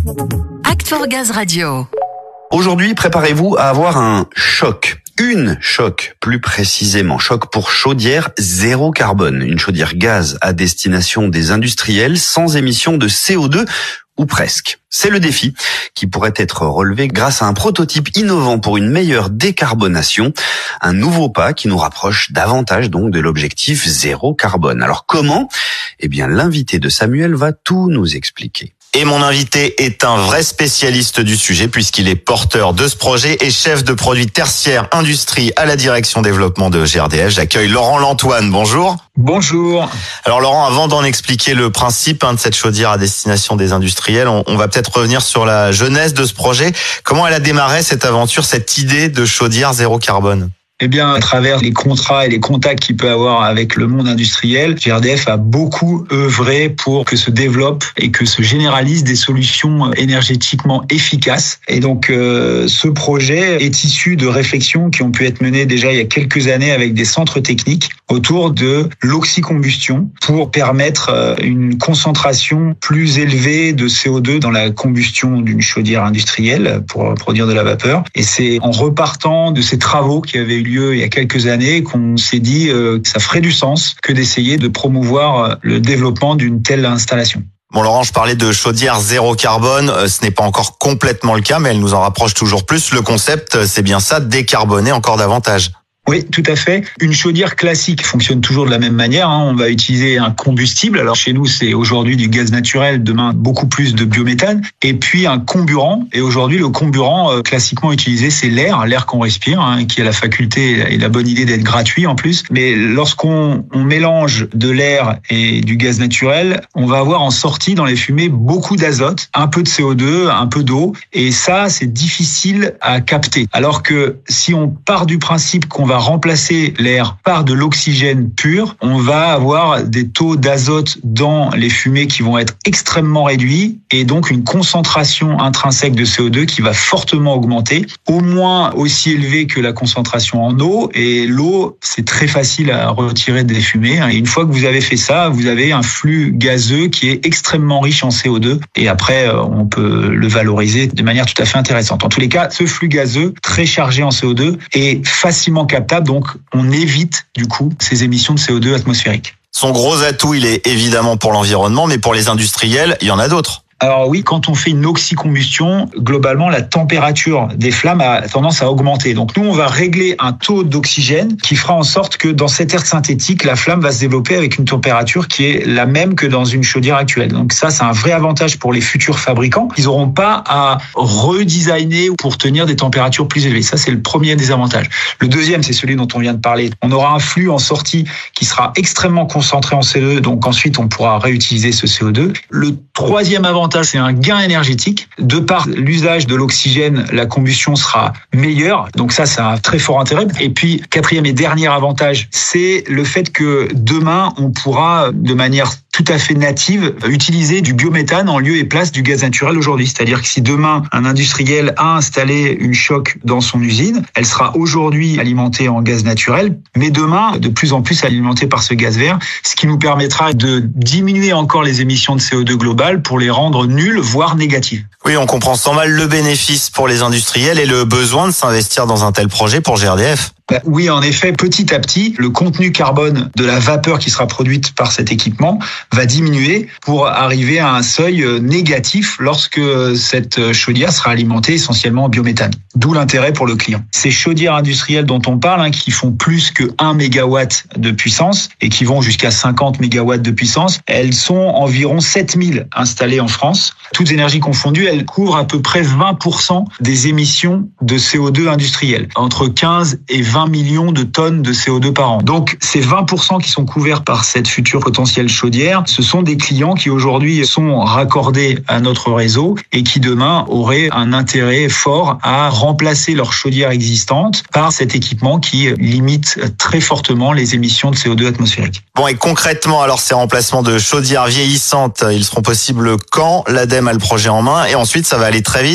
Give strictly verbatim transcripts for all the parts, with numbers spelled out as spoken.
Act for Gaz Radio. Aujourd'hui, préparez-vous à avoir un choc. Une choc, plus précisément, choc pour chaudière zéro carbone. Une chaudière gaz à destination des industriels sans émission de C O deux ou presque. C'est le défi qui pourrait être relevé grâce à un prototype innovant pour une meilleure décarbonation. Un nouveau pas qui nous rapproche davantage donc de l'objectif zéro carbone. Alors comment ? Eh bien, l'invité de Samuel va tout nous expliquer. Et mon invité est un vrai spécialiste du sujet puisqu'il est porteur de ce projet et chef de produits tertiaires industrie à la direction développement de G R D F. J'accueille Laurent Lantoine. Bonjour. Bonjour. Alors Laurent, avant d'en expliquer le principe hein, de cette chaudière à destination des industriels, on, on va peut-être revenir sur la genèse de ce projet. Comment elle a démarré cette aventure, cette idée de chaudière zéro carbone ? Eh bien, à travers les contrats et les contacts qu'il peut avoir avec le monde industriel, G R D F a beaucoup œuvré pour que se développent et que se généralisent des solutions énergétiquement efficaces. Et donc, euh, ce projet est issu de réflexions qui ont pu être menées déjà il y a quelques années avec des centres techniques autour de l'oxycombustion pour permettre une concentration plus élevée de C O deux dans la combustion d'une chaudière industrielle pour produire de la vapeur. Et c'est en repartant de ces travaux qui avaient eu lieu il y a quelques années qu'on s'est dit que ça ferait du sens que d'essayer de promouvoir le développement d'une telle installation. Bon Laurent, je parlais de chaudière zéro carbone, ce n'est pas encore complètement le cas, mais elle nous en rapproche toujours plus. Le concept, c'est bien ça, décarboner encore davantage. Oui, tout à fait. Une chaudière classique fonctionne toujours de la même manière. On va utiliser un combustible. Alors chez nous, c'est aujourd'hui du gaz naturel, demain beaucoup plus de biométhane. Et puis un comburant. Et aujourd'hui, le comburant euh, classiquement utilisé, c'est l'air, l'air qu'on respire, hein, qui a la faculté et la bonne idée d'être gratuit en plus. Mais lorsqu'on on mélange de l'air et du gaz naturel, on va avoir en sortie dans les fumées beaucoup d'azote, un peu de C O deux, un peu d'eau. Et ça, c'est difficile à capter. Alors que si on part du principe qu'on va remplacer l'air par de l'oxygène pur, on va avoir des taux d'azote dans les fumées qui vont être extrêmement réduits et donc une concentration intrinsèque de C O deux qui va fortement augmenter, au moins aussi élevée que la concentration en eau. Et l'eau, c'est très facile à retirer des fumées. Et une fois que vous avez fait ça, vous avez un flux gazeux qui est extrêmement riche en C O deux. Et après, on peut le valoriser de manière tout à fait intéressante. En tous les cas, ce flux gazeux, très chargé en C O deux, est facilement captable. Donc, on évite du coup ces émissions de C O deux atmosphériques. Son gros atout, il est évidemment pour l'environnement, mais pour les industriels, il y en a d'autres. Alors oui, quand on fait une oxycombustion, globalement, la température des flammes a tendance à augmenter. Donc nous, on va régler un taux d'oxygène qui fera en sorte que dans cet air synthétique, la flamme va se développer avec une température qui est la même que dans une chaudière actuelle. Donc ça, c'est un vrai avantage pour les futurs fabricants. Ils n'auront pas à redesigner pour tenir des températures plus élevées. Ça, c'est le premier des avantages. Le deuxième, c'est celui dont on vient de parler. On aura un flux en sortie qui sera extrêmement concentré en C O deux. Donc ensuite, on pourra réutiliser ce C O deux. Le troisième avantage, c'est un gain énergétique. De par l'usage de l'oxygène, la combustion sera meilleure. Donc ça, c'est un très fort intérêt. Et puis, quatrième et dernier avantage, c'est le fait que demain, on pourra, de manière tout à fait native, utiliser du biométhane en lieu et place du gaz naturel aujourd'hui. C'est-à-dire que si demain, un industriel a installé une choc dans son usine, elle sera aujourd'hui alimentée en gaz naturel, mais demain, de plus en plus alimentée par ce gaz vert, ce qui nous permettra de diminuer encore les émissions de C O deux globales pour les rendre nulles, voire négatives. Oui, on comprend sans mal le bénéfice pour les industriels et le besoin de s'investir dans un tel projet pour G R D F. Bah oui, en effet, petit à petit, le contenu carbone de la vapeur qui sera produite par cet équipement va diminuer pour arriver à un seuil négatif lorsque cette chaudière sera alimentée essentiellement en biométhane. D'où l'intérêt pour le client. Ces chaudières industrielles dont on parle, hein, qui font plus que un mégawatt de puissance et qui vont jusqu'à cinquante mégawatts de puissance, elles sont environ sept mille installées en France. Toutes énergies confondues, elles couvrent à peu près vingt pour cent des émissions de C O deux industrielles, entre quinze et vingt millions de tonnes de C O deux par an. Donc, ces vingt pour cent qui sont couverts par cette future potentielle chaudière, ce sont des clients qui aujourd'hui sont raccordés à notre réseau et qui demain auraient un intérêt fort à remplacer leur chaudière existante par cet équipement qui limite très fortement les émissions de C O deux atmosphériques. Bon, et concrètement, alors ces remplacements de chaudières vieillissantes, ils seront possibles quand l'Ademe a le projet en main et ensuite ça va aller très vite?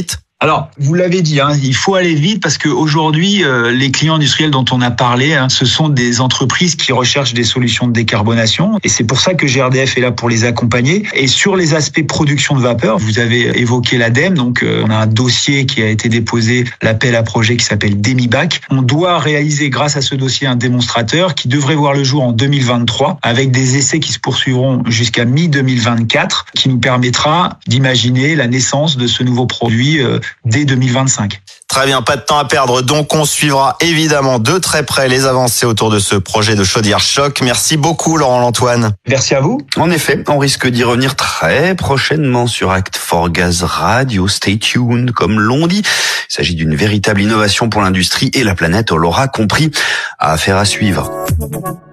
Alors, vous l'avez dit, hein, il faut aller vite parce qu'aujourd'hui, euh, les clients industriels dont on a parlé, hein, ce sont des entreprises qui recherchent des solutions de décarbonation. Et c'est pour ça que G R D F est là pour les accompagner. Et sur les aspects production de vapeur, vous avez évoqué l'ADEME. Donc, euh, on a un dossier qui a été déposé, l'appel à projet qui s'appelle DemiBac. On doit réaliser, grâce à ce dossier, un démonstrateur qui devrait voir le jour en deux mille vingt-trois avec des essais qui se poursuivront jusqu'à mi deux mille vingt-quatre, qui nous permettra d'imaginer la naissance de ce nouveau produit euh, dès deux mille vingt-cinq. Très bien, pas de temps à perdre. Donc, on suivra évidemment de très près les avancées autour de ce projet de chaudière choc. Merci beaucoup, Laurent Lantoine. Merci à vous. En effet, on risque d'y revenir très prochainement sur Act for Gaz Radio. Stay tuned, comme l'on dit. Il s'agit d'une véritable innovation pour l'industrie et la planète, on l'aura compris. Affaire à suivre.